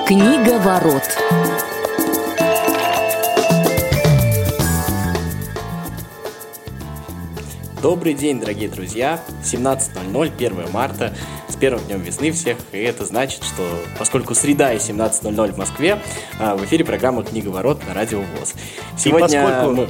Книга ворот. Добрый день, дорогие друзья! 17:00, 1 марта, с первым днем весны всех, и это значит, что поскольку среда и 17:00 в Москве, в эфире программа «Книга ворот» на Радио ВОС. Сегодня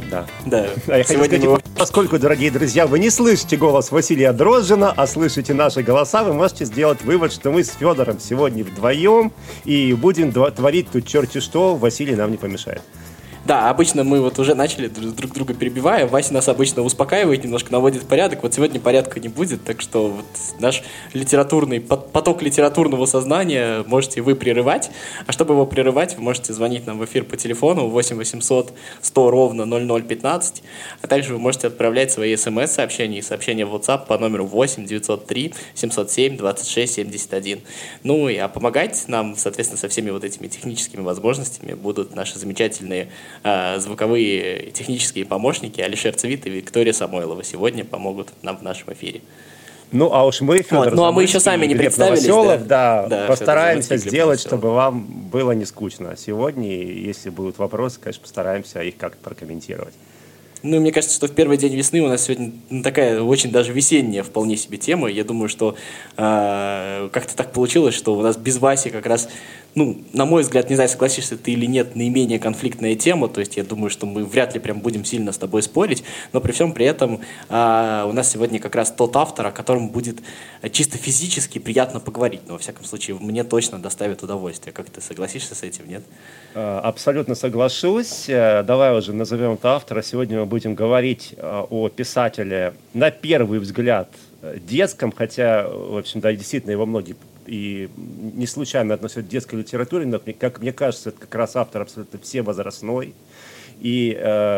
поскольку, дорогие друзья, вы не слышите голос Василия Дрожжина, а слышите наши голоса, вы можете сделать вывод, что мы с Федором сегодня вдвоем и будем творить тут черти что, Василий нам не помешает. Да, обычно мы вот уже начали друг друга перебивая. Вася нас обычно успокаивает, немножко наводит в порядок. Вот сегодня порядка не будет, так что вот наш литературный поток литературного сознания можете вы прерывать. А чтобы его прерывать, вы можете звонить нам в эфир по телефону 8 800 100 ровно 0015. А также вы можете отправлять свои смс-сообщения и сообщения в WhatsApp по номеру 8 903 707 26 71. Ну и помогать нам, соответственно, со всеми вот этими техническими возможностями будут наши замечательные звуковые технические помощники Алишер Цвит и Виктория Самойлова сегодня помогут нам в нашем эфире. Ну, а уж мы, Федор, мы еще сами не представились. Новоселов, да, постараемся сделать, чтобы вам было не скучно. Сегодня, если будут вопросы, конечно, постараемся их как-то прокомментировать. Ну, мне кажется, что в первый день весны у нас сегодня такая очень даже весенняя вполне себе тема. Я думаю, что как-то так получилось, что у нас без Васи как раз, на мой взгляд, не знаю, согласишься ты или нет, наименее конфликтная тема. То есть я думаю, что мы вряд ли прям будем сильно с тобой спорить. Но при всем при этом у нас сегодня как раз тот автор, о котором будет чисто физически приятно поговорить. Но, во всяком случае, мне точно доставит удовольствие. Как ты согласишься с этим, нет? Абсолютно соглашусь. Давай уже назовем это автора. Сегодня мы будем говорить о писателе, на первый взгляд, детском, хотя, в общем, да, действительно, его многие и не случайно относят к детской литературе, но, как мне кажется, это как раз автор абсолютно всевозрастной. И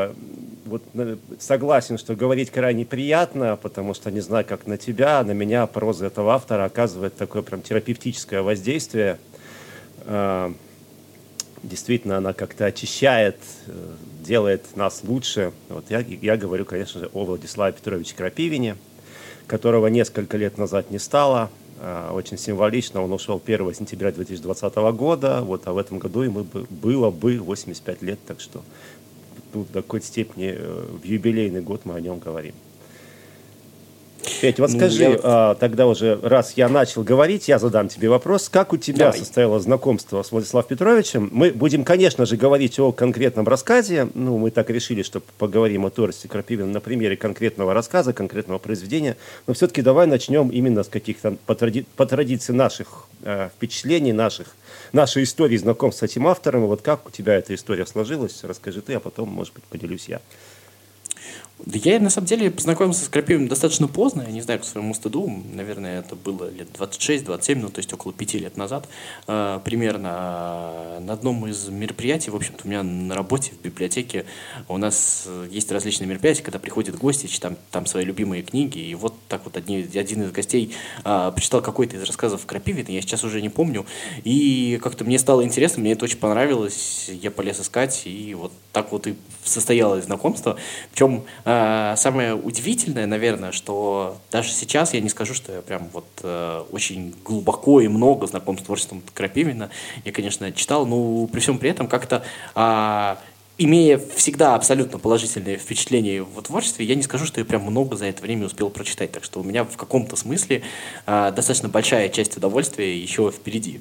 согласен, что говорить крайне приятно, потому что, не знаю, как на тебя, на меня проза этого автора оказывает такое прям терапевтическое воздействие. Действительно, она как-то очищает, делает нас лучше. Вот я говорю, конечно же, о Владиславе Петровиче Крапивине, которого несколько лет назад не стало. Очень символично, он ушел 1 сентября 2020 года, а в этом году ему было бы 85 лет, так что в какой-то степени в юбилейный год мы о нем говорим. Петь, вот скажи, тогда уже, раз я начал говорить, я задам тебе вопрос. Как у тебя состоялось знакомство с Владиславом Петровичем? Мы будем, конечно же, говорить о конкретном рассказе. Мы так решили, что поговорим о творчестве Крапивина на примере конкретного рассказа, конкретного произведения. Но все-таки давай начнем именно с каких-то, по традиции наших впечатлений, нашей истории знакомства с этим автором. Вот как у тебя эта история сложилась? Расскажи ты, а потом, может быть, поделюсь я. Я, на самом деле, познакомился с Крапивиным достаточно поздно, я не знаю, к своему стыду, наверное, это было лет 26-27, то есть около 5 лет назад, примерно на одном из мероприятий, в общем-то, у меня на работе в библиотеке у нас есть различные мероприятия, когда приходят гости, читают там свои любимые книги, и вот так вот один из гостей прочитал какой-то из рассказов Крапивина, я сейчас уже не помню, и как-то мне стало интересно, мне это очень понравилось, я полез искать, и вот так вот и состоялось знакомство, причем самое удивительное, наверное, что даже сейчас я не скажу, что я прям очень глубоко и много знаком с творчеством Крапивина. Я, конечно, читал, но при всем при этом как-то, имея всегда абсолютно положительные впечатления в его творчестве, я не скажу, что я прям много за это время успел прочитать. Так что у меня в каком-то смысле достаточно большая часть удовольствия еще впереди.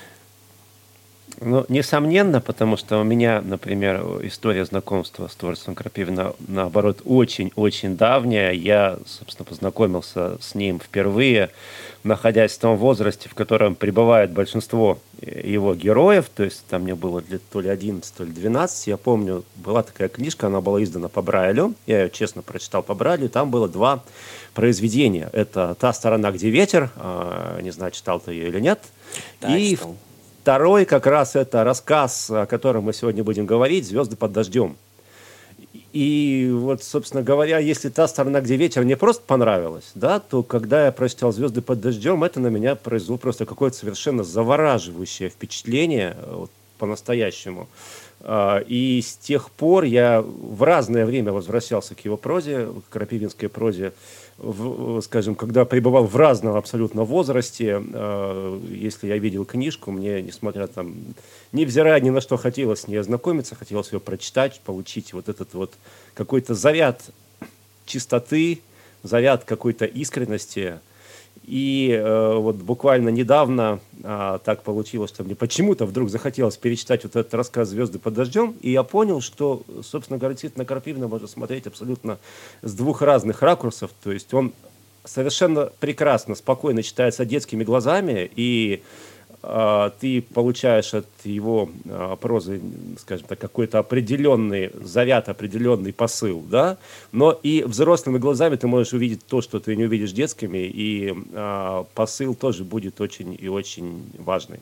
Несомненно, потому что у меня, например, история знакомства с творчеством Крапивина, наоборот, очень-очень давняя. Я, собственно, познакомился с ним впервые, находясь в том возрасте, в котором пребывает большинство его героев. То есть там мне было лет то ли 11, то ли 12. Я помню, была такая книжка, она была издана по Брайлю. Я ее, честно, прочитал по Брайлю. И там было 2 произведения. Это «Та сторона, где ветер». Не знаю, читал ты ее или нет. Да, и читал. Второй как раз это рассказ, о котором мы сегодня будем говорить, «Звезды под дождем». И вот, собственно говоря, если «Та сторона, где ветер» мне просто понравилась, то когда я прочитал «Звезды под дождем», это на меня произвело просто какое-то совершенно завораживающее впечатление, по-настоящему. И с тех пор я в разное время возвращался к его прозе, к крапивинской прозе, скажем, когда пребывал в разном абсолютно возрасте. Если я видел книжку, мне, несмотря там, невзирая ни на что, хотелось с ней ознакомиться, хотелось ее прочитать, получить вот этот вот какой-то заряд чистоты, заряд какой-то искренности. И вот буквально недавно так получилось, что мне почему-то вдруг захотелось перечитать вот этот рассказ «Звезды под дождем», и я понял, что, собственно говоря, на Крапивина можно смотреть абсолютно с двух разных ракурсов. То есть он совершенно прекрасно, спокойно читается детскими глазами, и ты получаешь от его прозы, скажем так, какой-то определенный заряд, определенный посыл, да, но и взрослыми глазами ты можешь увидеть то, что ты не увидишь детскими, и посыл тоже будет очень и очень важный.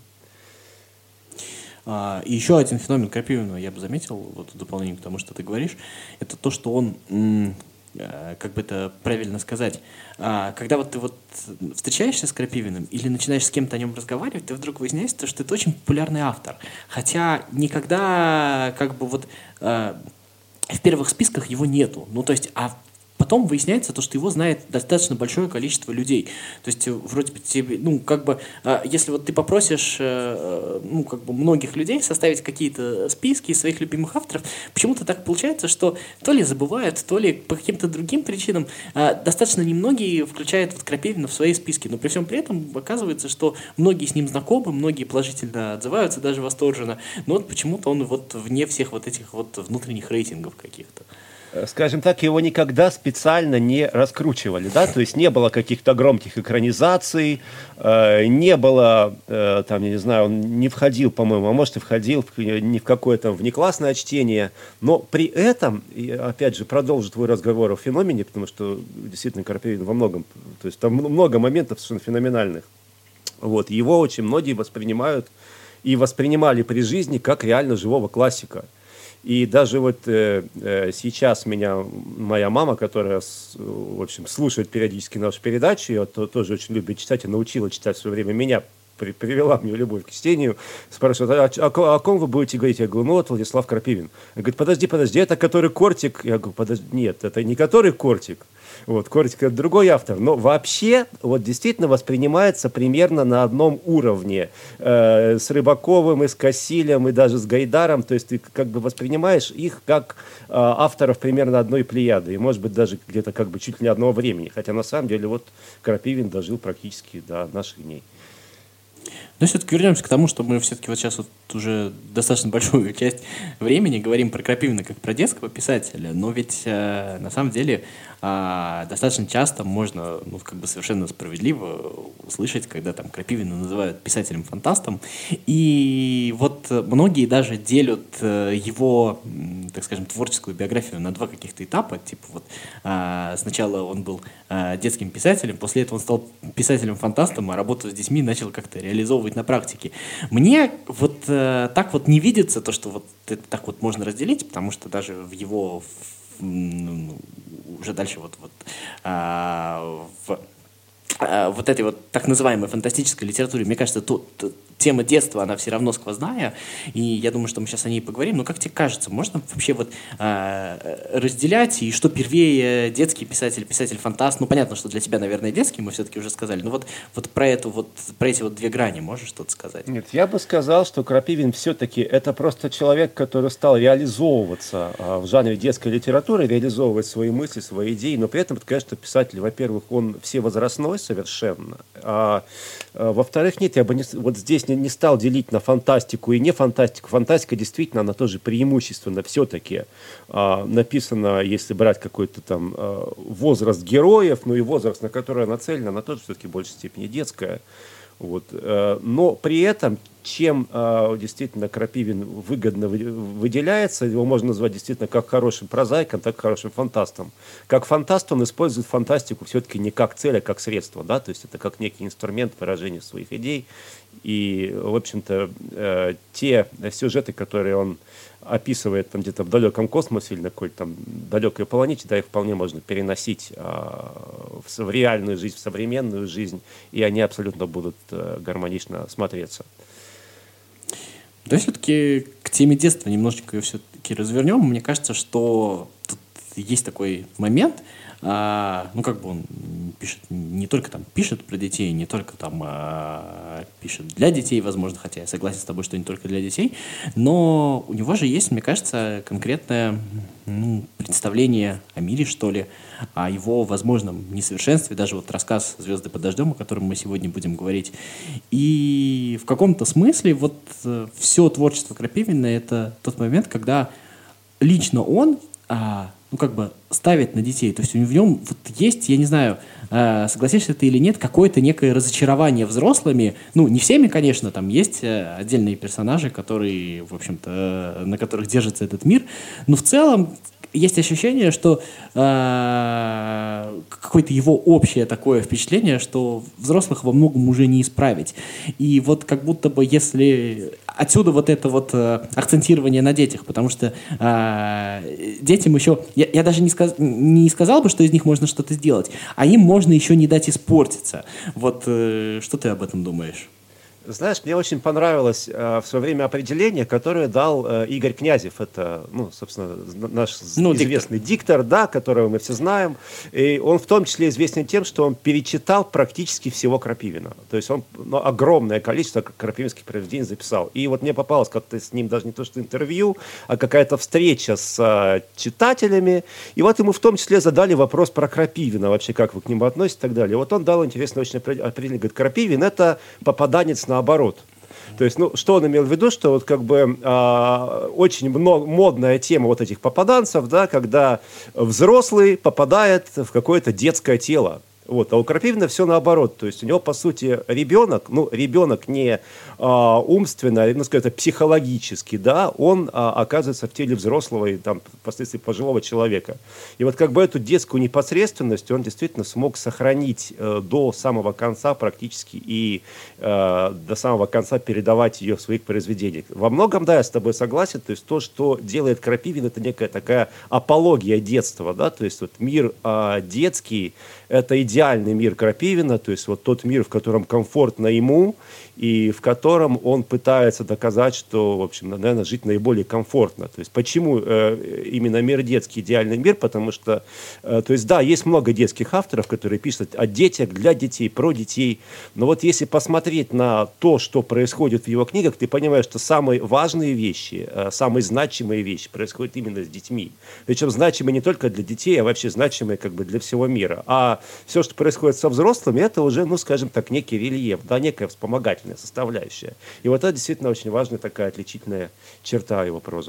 И еще один феномен Крапивина я бы заметил, вот в дополнение к тому, что ты говоришь, это то, что он, как бы это правильно сказать, когда вот ты вот встречаешься с Крапивиным или начинаешь с кем-то о нем разговаривать, ты вдруг выясняется, что это очень популярный автор. Хотя никогда как бы вот в первых списках его нету. Ну, то есть, потом выясняется то, что его знает достаточно большое количество людей. То есть, вроде бы тебе, ну, как бы, если вот ты попросишь, ну, как бы, многих людей составить какие-то списки своих любимых авторов, почему-то так получается, что то ли забывают, то ли по каким-то другим причинам достаточно немногие включают вот Крапивина в свои списки. Но при всем при этом оказывается, что многие с ним знакомы, многие положительно отзываются, даже восторженно. Но вот почему-то он вот вне всех вот этих вот внутренних рейтингов каких-то. Скажем так, его никогда специально не раскручивали, да, то есть не было каких-то громких экранизаций, не было, там, я не знаю, он не входил, по-моему, а может и входил ни в какое-то внеклассное чтение, но при этом, и опять же, продолжу твой разговор о феномене, потому что действительно Крапивин во многом, то есть там много моментов совершенно феноменальных, вот, его очень многие воспринимают и воспринимали при жизни как реально живого классика. И даже вот сейчас меня моя мама, которая, в общем, слушает периодически нашу передачу, ее тоже очень любит читать и научила читать в свое время меня, привела мне любовь к чтению, спрашивает, о ком вы будете говорить? Я говорю, ну вот Владислав Крапивин. Она говорит, подожди, это который Кортик? Я говорю, подожди, нет, это не который Кортик. Вот, Кортик — это другой автор. Но вообще, вот действительно воспринимается примерно на одном уровне. С Рыбаковым, и с Кассилем, и даже с Гайдаром. То есть ты как бы воспринимаешь их как авторов примерно одной плеяды. И, может быть, даже где-то как бы чуть ли не одного времени. Хотя на самом деле вот Крапивин дожил практически до наших дней. Но все-таки вернемся к тому, что мы все-таки вот сейчас вот уже достаточно большую часть времени говорим про Крапивина как про детского писателя, но ведь на самом деле достаточно часто можно, ну, как бы совершенно справедливо услышать, когда там Крапивина называют писателем-фантастом, и вот многие даже делят его, так скажем, творческую биографию на два каких-то этапа, типа вот сначала он был детским писателем, после этого он стал писателем-фантастом, а работу с детьми начал как-то реализовывать на практике. Мне вот так вот не видится то, что вот это так вот можно разделить, потому что даже в его уже дальше вот этой вот так называемой фантастической литературе, мне кажется, тема детства, она все равно сквозная, и я думаю, что мы сейчас о ней поговорим, но как тебе кажется, можно вообще вот разделять, и что первее, детский писатель, писатель-фантаст, ну, понятно, что для тебя, наверное, детский, мы все-таки уже сказали, но вот про эти вот две грани можешь что-то сказать? Нет, я бы сказал, что Крапивин все-таки это просто человек, который стал реализовываться в жанре детской литературы, реализовывать свои мысли, свои идеи, но при этом, конечно, писатель, во-первых, он всевозрастной совершенно, а во-вторых, нет, я бы вот здесь не стал делить на фантастику и не фантастику. Фантастика действительно, она тоже преимущественно все-таки написана, если брать какой-то там возраст героев, ну и возраст, на который она нацелена, она тоже все-таки в большей степени детская. Вот. Но при этом, чем действительно Крапивин выгодно выделяется, его можно назвать действительно как хорошим прозаиком, так и хорошим фантастом. Как фантаст он использует фантастику все-таки не как цель, а как средство, да? То есть это как некий инструмент выражения своих идей. И, в общем-то, те сюжеты, которые он описывает там где-то в далеком космосе или на какой-то там далекой планете, да, их вполне можно переносить в реальную жизнь, в современную жизнь, и они абсолютно будут гармонично смотреться. Да, все-таки к теме детства немножечко ее все-таки развернем. Мне кажется, что тут есть такой момент, ну, как бы он пишет, не только там пишет про детей, не только там пишет для детей, возможно, хотя я согласен с тобой, что не только для детей, но у него же есть, мне кажется, конкретное представление о мире, что ли, о его возможном несовершенстве, даже вот рассказ «Звезды под дождем», о котором мы сегодня будем говорить. И в каком-то смысле вот все творчество Крапивина — это тот момент, когда лично он ну, как бы ставит на детей. То есть в нем вот есть, я не знаю, согласишься ты или нет, какое-то некое разочарование взрослыми. Ну, не всеми, конечно, там есть отдельные персонажи, которые, в общем-то, на которых держится этот мир. Но в целом есть ощущение, что какое-то его общее такое впечатление, что взрослых во многом уже не исправить. И вот как будто бы если... Отсюда вот это вот акцентирование на детях, потому что детям еще... Я даже не сказал бы, что из них можно что-то сделать, а им можно еще не дать испортиться. Вот что ты об этом думаешь? Знаешь, мне очень понравилось в свое время определение, которое дал Игорь Князев. Это, ну, собственно, наш известный диктор, да, которого мы все знаем. И он в том числе известен тем, что он перечитал практически всего Крапивина. То есть он огромное количество крапивинских произведений записал. И вот мне попалось как-то с ним даже не то что интервью, а какая-то встреча с читателями. И вот ему в том числе задали вопрос про Крапивина, вообще как вы к нему относитесь и так далее. Вот он дал интересное очень определение. Говорит, Крапивин — это попаданец наоборот. То есть, ну, что он имел в виду, что вот как бы очень модная тема вот этих попаданцев, да, когда взрослый попадает в какое-то детское тело. Вот. А у Крапивина все наоборот. То есть у него, по сути, ребенок, ну, ребенок не умственно, ну, сказать, психологически, да, он оказывается в теле взрослого и там впоследствии пожилого человека. И вот как бы эту детскую непосредственность он действительно смог сохранить до самого конца практически и до самого конца передавать ее в своих произведениях. Во многом, да, я с тобой согласен. То есть то, что делает Крапивин, это некая такая апология детства, да, то есть вот мир детский, это идеальный мир Крапивина, то есть вот тот мир, в котором комфортно ему, и в котором он пытается доказать, что, в общем, наверное, жить наиболее комфортно. То есть почему именно мир детский идеальный мир? Потому что, то есть, да, есть много детских авторов, которые пишут о детях, для детей, про детей. Но вот если посмотреть на то, что происходит в его книгах, ты понимаешь, что самые важные вещи, самые значимые вещи происходят именно с детьми. Причем значимые не только для детей, а вообще значимые как бы для всего мира. А все, что происходит со взрослыми, это уже, ну, скажем так, некий рельеф, да, некая вспомогательная составляющая. И вот это действительно очень важная такая отличительная черта его прозы.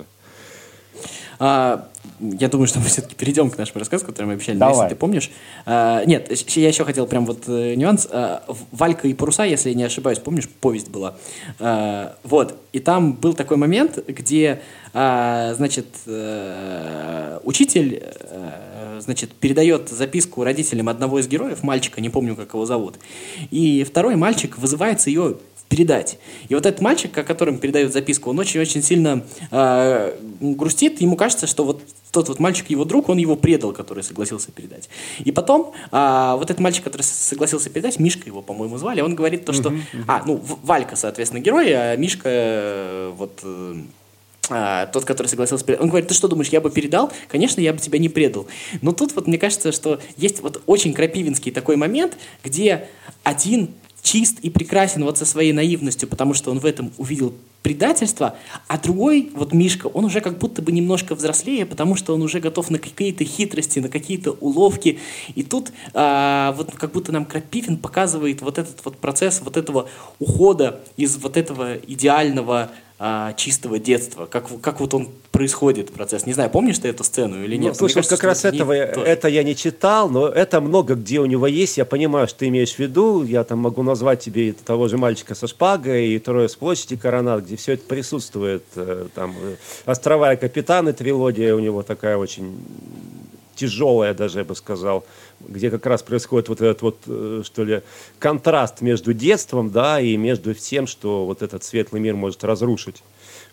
Я думаю, что мы все-таки перейдем к нашему рассказу, который мы обещали, если ты помнишь. Нет, я еще хотел прям вот нюанс. «Валька и паруса», если я не ошибаюсь, помнишь, повесть была. Вот, и там был такой момент, где, значит, учитель, значит, передает записку родителям одного из героев, мальчика, не помню, как его зовут, и второй мальчик вызывается ее передать. И вот этот мальчик, о котором передает записку, он очень-очень сильно грустит. Ему кажется, что вот тот вот мальчик, его друг, он его предал, который согласился передать. И потом вот этот мальчик, который согласился передать, Мишка его, по-моему, звали, он говорит то, что... Валька, соответственно, герой, а Мишка вот... тот, который согласился передать. Он говорит, ты что думаешь, я бы передал? Конечно, я бы тебя не предал. Но тут вот мне кажется, что есть вот очень крапивинский такой момент, где один чист и прекрасен вот со своей наивностью, потому что он в этом увидел предательство, а другой, вот Мишка, он уже как будто бы немножко взрослее, потому что он уже готов на какие-то хитрости, на какие-то уловки. И тут вот как будто нам Крапивин показывает вот этот вот процесс вот этого ухода из вот этого идеального чистого детства. Как вот он происходит, процесс. Не знаю, помнишь ты эту сцену или нет? Ну, слушай, кажется, как раз это я не читал, но это много где у него есть. Я понимаю, что ты имеешь в виду. Я там могу назвать тебе того же «Мальчика со шпагой» и «Трое с площади Коронат», где все это присутствует. Там «Острова и капитаны» трилогия у него такая очень тяжелая даже, я бы сказал, где как раз происходит вот этот вот, что ли, контраст между детством, да, и между тем, что вот этот светлый мир может разрушить.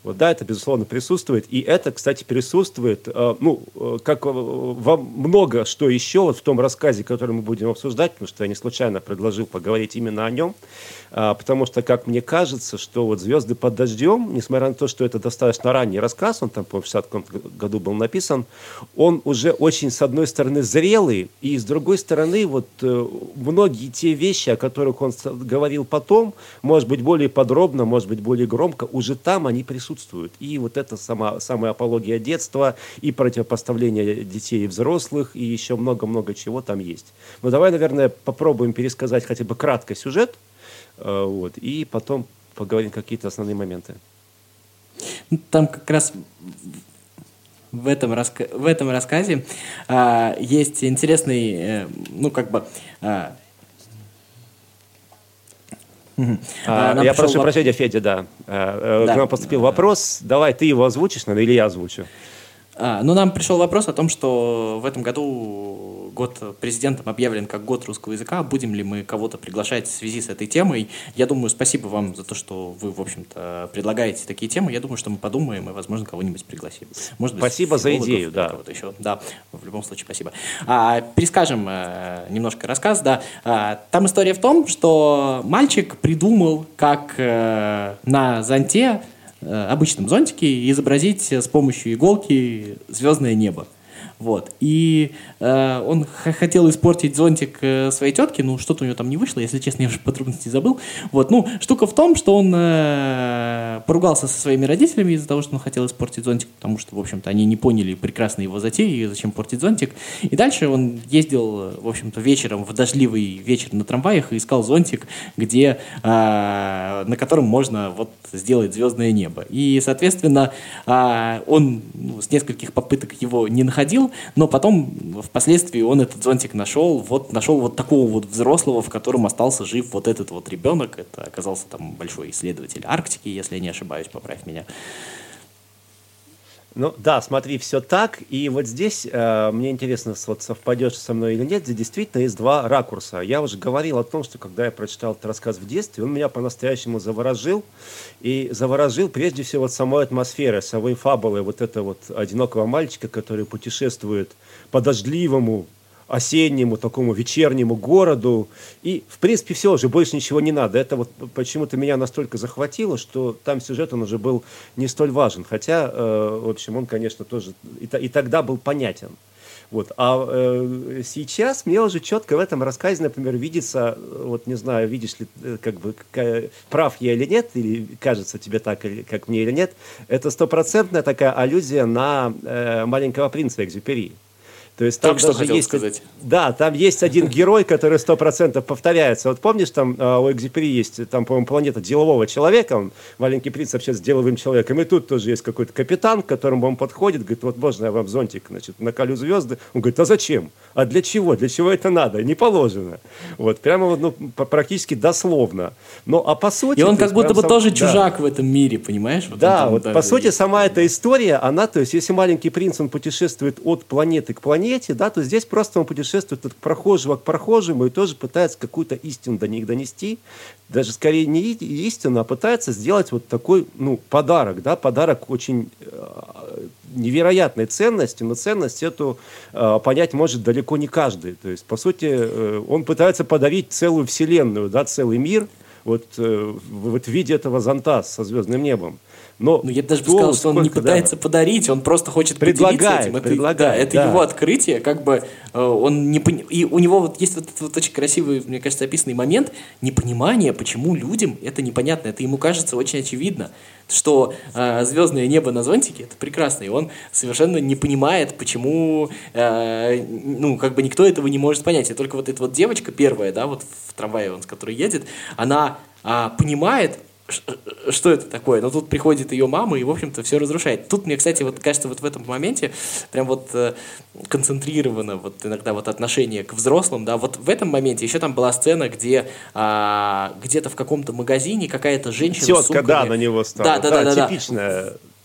Вот, да, это, безусловно, присутствует. И это, кстати, присутствует, как во много что еще вот в том рассказе, который мы будем обсуждать, потому что я не случайно предложил поговорить именно о нем, потому что, как мне кажется, что вот «Звезды под дождем», несмотря на то, что это достаточно ранний рассказ, он там, по-моему, в 60-м году был написан, он уже очень, с одной стороны, зрелый, и с другой стороны, вот многие те вещи, о которых он говорил потом, может быть, более подробно, может быть, более громко, уже там они присутствуют. И вот это самая апология детства, и противопоставление детей и взрослых, и еще много-много чего там есть. Но давай, наверное, попробуем пересказать хотя бы кратко сюжет, вот, и потом поговорим какие-то основные моменты. Там как раз в этом рассказе есть интересный, я прошу прощения, Федя, да. К нам поступил вопрос. Давай ты его озвучишь, наверное, или я озвучу. Нам пришел вопрос о том, что в этом году год президентом объявлен как год русского языка. Будем ли мы кого-то приглашать в связи с этой темой? Я думаю, спасибо вам за то, что вы, в общем-то, предлагаете такие темы. Я думаю, что мы подумаем и, возможно, кого-нибудь пригласим. Может быть, спасибо за идею, да. Кого-то еще. Да, в любом случае, спасибо. Перескажем немножко рассказ. Да. Там история в том, что мальчик придумал, как на зонте, обычном зонтике, изобразить с помощью иголки звездное небо. Вот. И он хотел испортить зонтик своей тетке, что-то у него там не вышло, если честно, я уже подробности забыл. Вот. Штука в том, что он поругался со своими родителями из-за того, что он хотел испортить зонтик, потому что, в общем-то, они не поняли прекрасно его затеи, зачем портить зонтик. И дальше он ездил, в общем-то, вечером, в дождливый вечер на трамваях и искал зонтик, на котором можно сделать звездное небо. И, соответственно, он с нескольких попыток его не находил, но потом, впоследствии, он этот зонтик нашел такого взрослого, в котором остался жив этот ребенок. Это оказался там большой исследователь Арктики, если я не ошибаюсь, поправь меня. Да, смотри, все так. И вот здесь мне интересно, совпадешь со мной или нет, здесь действительно есть два ракурса. Я уже говорил о том, что когда я прочитал этот рассказ в детстве, он меня по-настоящему заворожил. И заворожил прежде всего самой атмосферой, самой фабулой этого одинокого мальчика, который путешествует по дождливому, осеннему, такому вечернему городу. И, в принципе, все, уже больше ничего не надо. Это почему-то меня настолько захватило, что там сюжет, он уже был не столь важен. Хотя, в общем, он, конечно, тоже и тогда был понятен. Сейчас мне уже четко в этом рассказе, например, видится, не знаю, видишь ли, прав я или нет, или кажется тебе так, как мне или нет, это стопроцентная такая аллюзия на «Маленького принца» Экзюпери. То есть там что хотел сказать. Да, там есть один герой, который 100% повторяется. Помнишь, там у Экзюпери есть, там, по-моему, планета делового человека, он, «Маленький принц», общается с деловым человеком, и тут тоже есть какой-то капитан, к которому он подходит, говорит, можно я вам зонтик, наколю звезды? Он говорит, а зачем? А для чего? Для чего это надо? Не положено. Прямо практически дословно. А по сути... И он как будто бы тоже чужак в этом мире, понимаешь? По сути, сама эта история, она, то есть, если «Маленький принц», он путешествует от планеты к планете, да, то здесь просто он путешествует от прохожего к прохожему и тоже пытается какую-то истину до них донести. Даже скорее не истину, а пытается сделать такой подарок. Да, подарок очень невероятной ценности, но ценность эту понять может далеко не каждый. То есть, по сути, он пытается подарить целую вселенную, да, целый мир в виде этого зонта со звездным небом. Я даже бы сказал, что он не пытается подарить, он просто хочет поделиться этим. Это его открытие, он не и у него есть этот очень красивый, мне кажется, описанный момент непонимания, почему людям это непонятно. Это ему кажется очень очевидно, что звездное небо на зонтике — это прекрасно, и он совершенно не понимает, почему никто этого не может понять. И только эта девочка первая, да, в трамвае, с которой едет, она понимает, что это такое, но тут приходит ее мама и, в общем-то, все разрушает. Тут мне, кстати, кажется, в этом моменте прям концентрировано иногда отношение к взрослым, да, в этом моменте еще там была сцена, где где-то в каком-то магазине какая-то женщина тетка, на него стала. Да. Типичная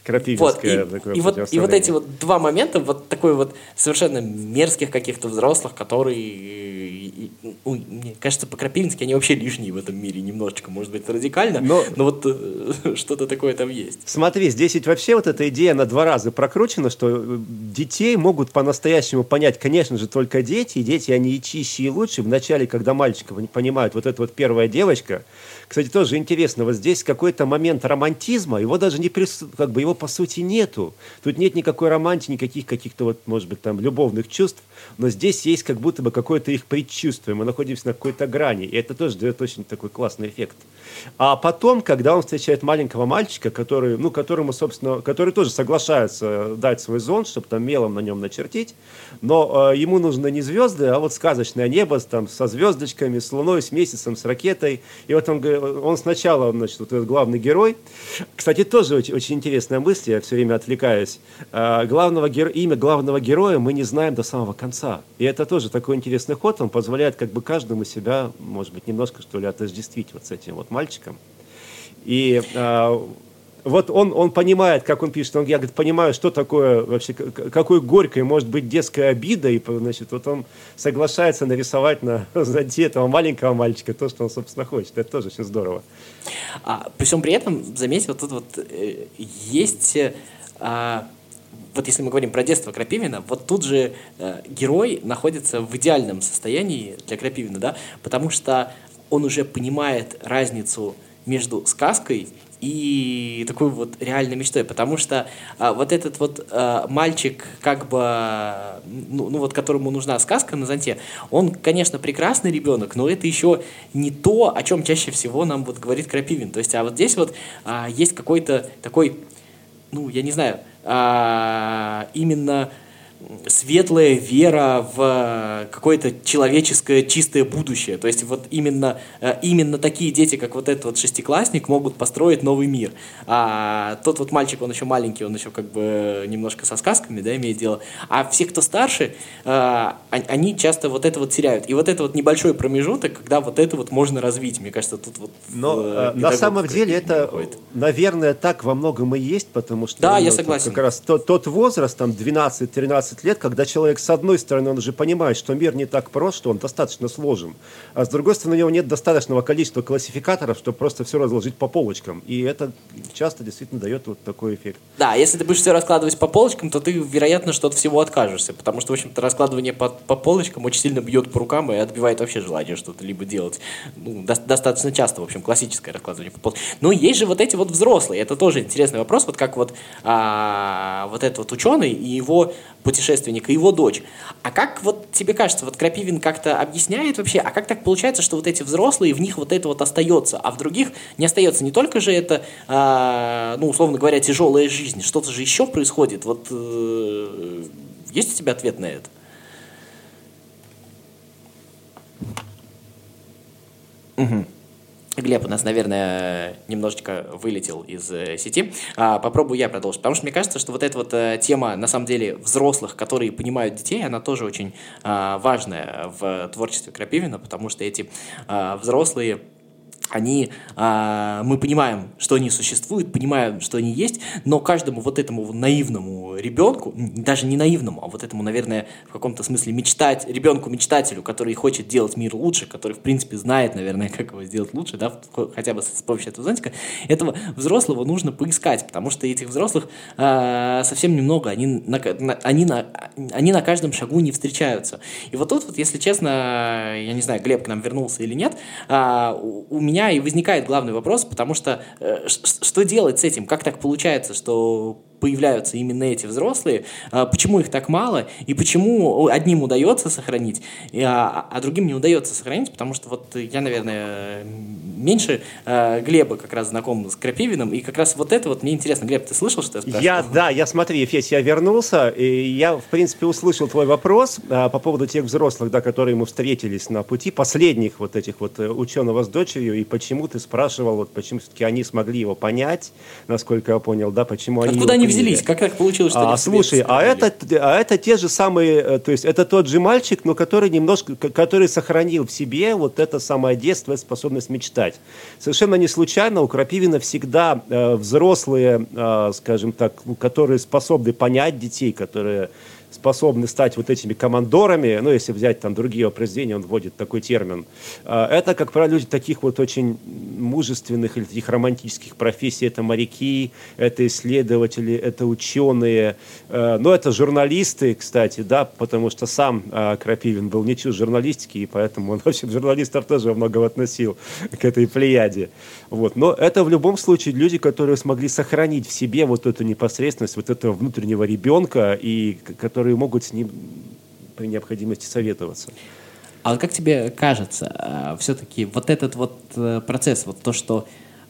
крапивинское вот, такое и вот эти вот два момента, вот такой вот совершенно мерзких каких-то взрослых, которые, мне кажется, по-крапивински они вообще лишние в этом мире немножечко, может быть, радикально, но вот что-то такое там есть. Смотри, здесь ведь вообще вот эта идея на два раза прокручена, что детей могут по-настоящему понять, конечно же, только дети, и дети, они и чище, и лучше. Вначале, когда мальчиков не понимают, вот эта вот первая девочка, кстати, тоже интересно, вот здесь какой-то момент романтизма, его даже не как бы его по сути нету. Тут нет никакой романтики, никаких каких-то вот, может быть, там любовных чувств, но здесь есть как будто бы какое-то их предчувствие. Мы находимся на какой-то грани, и это тоже дает очень такой классный эффект. А потом, когда он встречает маленького мальчика, который, ну, которому, собственно, который тоже соглашается дать свой зонт, чтобы там мелом на нем начертить, но ему нужны не звезды, а вот сказочное небо там, со звездочками, с луной, с месяцем, с ракетой. И вот он сначала, значит, вот этот главный герой. Кстати, тоже очень, очень интересная мысль, я все время отвлекаюсь. Имя главного героя мы не знаем до самого конца. И это тоже такой интересный ход, он позволяет как бы каждому себя, может быть, немножко, что ли, отождествить вот с этим вот мальчиком. И вот он понимает, как он пишет, я говорит, понимаю, что такое вообще, какой горькой может быть детская обида, и, значит, вот он соглашается нарисовать на зонте этого маленького мальчика то, что он, собственно, хочет. Это тоже очень здорово. При всем при этом, заметьте, вот тут вот есть... Вот если мы говорим про детство Крапивина, вот тут же герой находится в идеальном состоянии для Крапивина, да, потому что он уже понимает разницу между сказкой и такой вот реальной мечтой, потому что вот этот вот мальчик, как бы, ну вот которому нужна сказка на зонте, он, конечно, прекрасный ребенок, но это еще не то, о чем чаще всего нам вот говорит Крапивин. То есть, а вот здесь вот есть какой-то такой, ну, я не знаю, именно светлая вера в какое-то человеческое чистое будущее. То есть вот именно такие дети, как вот этот вот шестиклассник, могут построить новый мир. А тот вот мальчик, он еще маленький, он еще как бы немножко со сказками, да, имеет дело. А все, кто старше, они часто вот это вот теряют. И вот это вот небольшой промежуток, когда вот это вот можно развить. Мне кажется, тут вот... Но на самом деле это, наверное, так во многом и есть, потому что... Да, я согласен. Как раз тот возраст, там, 12-13 лет, когда человек, с одной стороны, он уже понимает, что мир не так прост, что он достаточно сложен, а с другой стороны, у него нет достаточного количества классификаторов, чтобы просто все разложить по полочкам. И это часто действительно дает вот такой эффект. Да, если ты будешь все раскладывать по полочкам, то ты, вероятно, что от всего откажешься, потому что, в общем-то, раскладывание по полочкам очень сильно бьет по рукам и отбивает вообще желание что-то либо делать. Ну, достаточно часто, в общем, классическое раскладывание по полочкам. Но есть же вот эти вот взрослые. Это тоже интересный вопрос, вот как вот этот вот ученый и его путешественник, и его дочь. А как вот тебе кажется, вот Крапивин как-то объясняет вообще, а как так получается, что вот эти взрослые, в них вот это вот остается, а в других не остается? Не только же это, ну, условно говоря, тяжелая жизнь, что-то же еще происходит. Вот есть у тебя ответ на это? Угу. Глеб у нас, наверное, немножечко вылетел из сети. Попробую я продолжить. Потому что мне кажется, что вот эта вот тема, на самом деле, взрослых, которые понимают детей, она тоже очень важная в творчестве Крапивина, потому что эти взрослые... мы понимаем, что они существуют, понимаем, что они есть, но каждому вот этому наивному ребенку, даже не наивному, а вот этому, наверное, в каком-то смысле ребенку-мечтателю, который хочет делать мир лучше, который, в принципе, знает, наверное, как его сделать лучше, да, хотя бы с помощью этого зонтика, этого взрослого нужно поискать, потому что этих взрослых совсем немного, они на каждом шагу не встречаются. И вот тут, вот, если честно, я не знаю, Глеб к нам вернулся или нет, у меня и возникает главный вопрос, потому что что делать с этим? Как так получается, что появляются именно эти взрослые, почему их так мало, и почему одним удается сохранить, а другим не удается сохранить, потому что вот я, наверное, меньше Глеба как раз знаком с Крапивиным, и как раз вот это вот мне интересно. Глеб, ты слышал, что я спрашивал? Смотри, Федь, я вернулся, и я, в принципе, услышал твой вопрос по поводу тех взрослых, да, которые ему встретились на пути, последних вот этих вот ученого с дочерью, и почему ты спрашивал, вот почему все-таки они смогли его понять, насколько я понял, да, почему они... Откуда они взялись? Как так получилось, что слушай, это те же самые, то есть это тот же мальчик, но который сохранил в себе вот это самое детство, способность мечтать. Совершенно не случайно у Крапивина всегда взрослые, скажем так, которые способны понять детей, которые способны стать вот этими командорами, ну, если взять там другие его произведения, он вводит такой термин. Это, как правило, люди таких вот очень мужественных или таких романтических профессий. Это моряки, это исследователи, это ученые, но это журналисты, кстати, да, потому что сам Крапивин был не чужд журналистики, и поэтому он вообще журналистов тоже во многом относил к этой плеяде. Вот. Но это в любом случае люди, которые смогли сохранить в себе вот эту непосредственность, вот этого внутреннего ребенка, и которые могут с ним при необходимости советоваться. А как тебе кажется, все-таки вот этот вот процесс, вот то, что,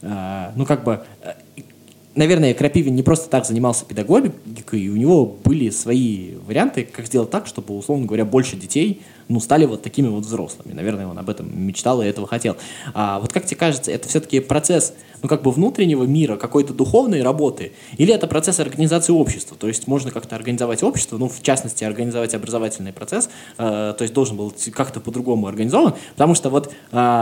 наверное, Крапивин не просто так занимался педагогикой, и у него были свои варианты, как сделать так, чтобы, условно говоря, больше детей, стали вот такими вот взрослыми. Наверное, он об этом мечтал и этого хотел. Вот как тебе кажется, это все-таки процесс, внутреннего мира, какой-то духовной работы, или это процесс организации общества? То есть можно как-то организовать общество, в частности, организовать образовательный процесс, то есть должен был как-то по-другому организован, потому что вот...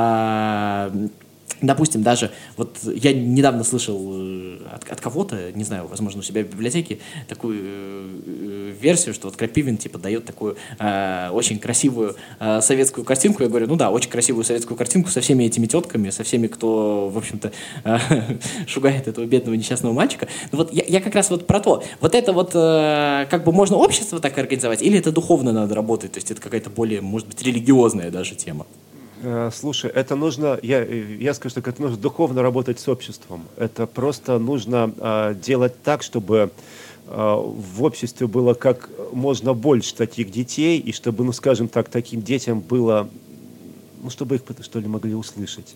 Допустим, даже вот я недавно слышал от кого-то, не знаю, возможно, у себя в библиотеке, такую версию, что вот Крапивин типа дает такую очень красивую советскую картинку. Я говорю, очень красивую советскую картинку со всеми этими тетками, со всеми, кто, в общем-то, шугает этого бедного несчастного мальчика. Вот я как раз вот про то. Вот это вот можно общество так организовать, или это духовно надо работать, то есть это какая-то более, может быть, религиозная даже тема? Слушай, это нужно, я скажу, что это нужно духовно работать с обществом. Это просто нужно делать так, чтобы в обществе было как можно больше таких детей, и чтобы, скажем так, таким детям было, чтобы их, что ли, могли услышать.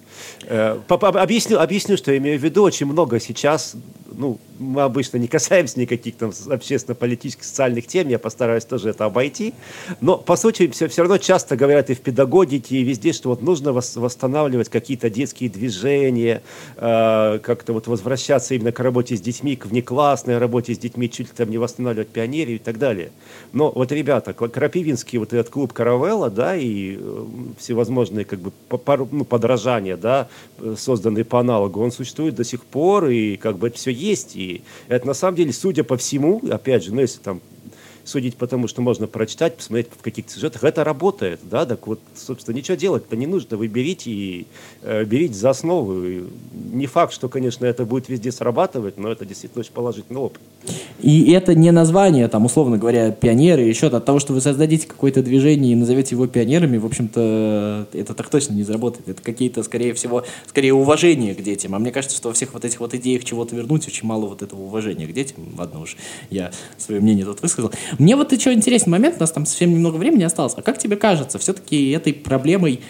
Объясню, что я имею в виду. Очень много сейчас, мы обычно не касаемся никаких там общественно-политических, социальных тем, я постараюсь тоже это обойти, но, по сути, все равно часто говорят и в педагогике, и везде, что вот нужно восстанавливать какие-то детские движения, как-то вот возвращаться именно к работе с детьми, к внеклассной работе с детьми, чуть ли там не восстанавливать пионерию и так далее. Но вот, ребята, Крапивинский вот этот клуб «Каравелла», да, и всевозможные подражания, да, созданные по аналогу, он существует до сих пор, и это все есть, и это на самом деле, судя по всему, опять же, если там судить по тому, что можно прочитать, посмотреть в каких-то сюжетах, это работает, да, так вот, собственно, ничего делать-то не нужно, вы берите за основу. И не факт, что, конечно, это будет везде срабатывать, но это действительно очень положительный опыт. И это не название, там, условно говоря, пионеры, еще от того, что вы создадите какое-то движение и назовете его пионерами, в общем-то, это так точно не заработает. Это какие-то, скорее всего, уважение к детям. А мне кажется, что во всех вот этих вот идеях чего-то вернуть очень мало вот этого уважения к детям. Ладно уж, я свое мнение тут высказал. Мне вот еще интересный момент, у нас там совсем немного времени осталось. А как тебе кажется, все-таки этой проблемой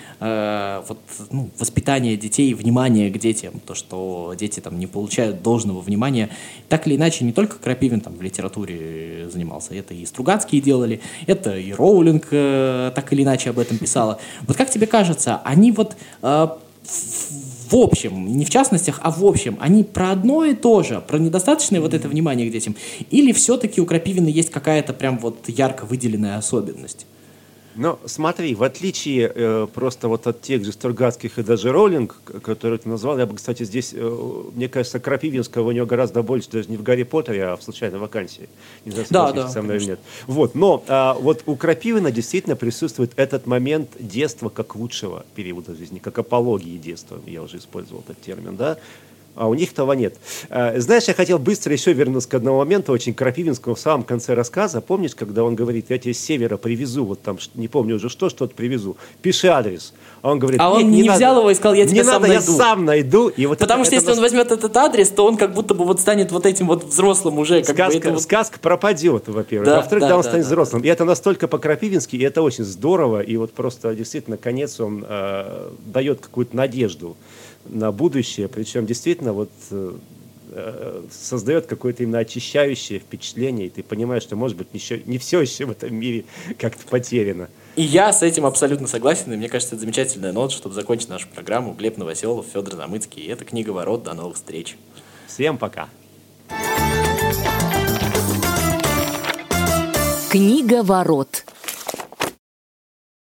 воспитания детей, внимания к детям, то, что дети там не получают должного внимания, так или иначе, не только Крапивин там в литературе занимался, это и Стругацкие делали, это и Роулинг так или иначе об этом писала. Вот как тебе кажется, они вот в общем, не в частностях, а в общем, они про одно и то же, про недостаточное вот это внимание к детям, или все-таки у Крапивина есть какая-то прям вот ярко выделенная особенность? Ну, смотри, в отличие просто вот от тех же Стругацких и даже Роулинг, которые ты назвал, я бы, кстати, здесь, мне кажется, Крапивинского у него гораздо больше, даже не в «Гарри Поттере», а в «Случайной вакансии». Не знаю, да, со мной или нет. Вот, но вот у Крапивина действительно присутствует этот момент детства как лучшего периода жизни, как апологии детства, я уже использовал этот термин, да. А у них того нет. Знаешь, я хотел быстро еще вернуться к одному моменту, очень Крапивинскому в самом конце рассказа. Помнишь, когда он говорит, я тебе с севера привезу, вот там, не помню уже что-то привезу, пиши адрес. А он говорит, он не взял его и сказал, я тебя сам найду. Я сам найду. И вот потому что если он возьмет этот адрес, то он как будто бы вот станет вот этим вот взрослым уже. Сказка пропадет, во-первых. Да, во-вторых, он станет взрослым. И это настолько по-крапивински, и это очень здорово. И вот просто действительно конец он дает какую-то надежду на будущее, причем действительно вот создает какое-то именно очищающее впечатление, и ты понимаешь, что, может быть, не все еще в этом мире как-то потеряно. И я с этим абсолютно согласен, и мне кажется, это замечательная нота, чтобы закончить нашу программу. Глеб Новоселов, Федор Замыцкий. Это «Книга ворот». До новых встреч. Всем пока. Книга ворот.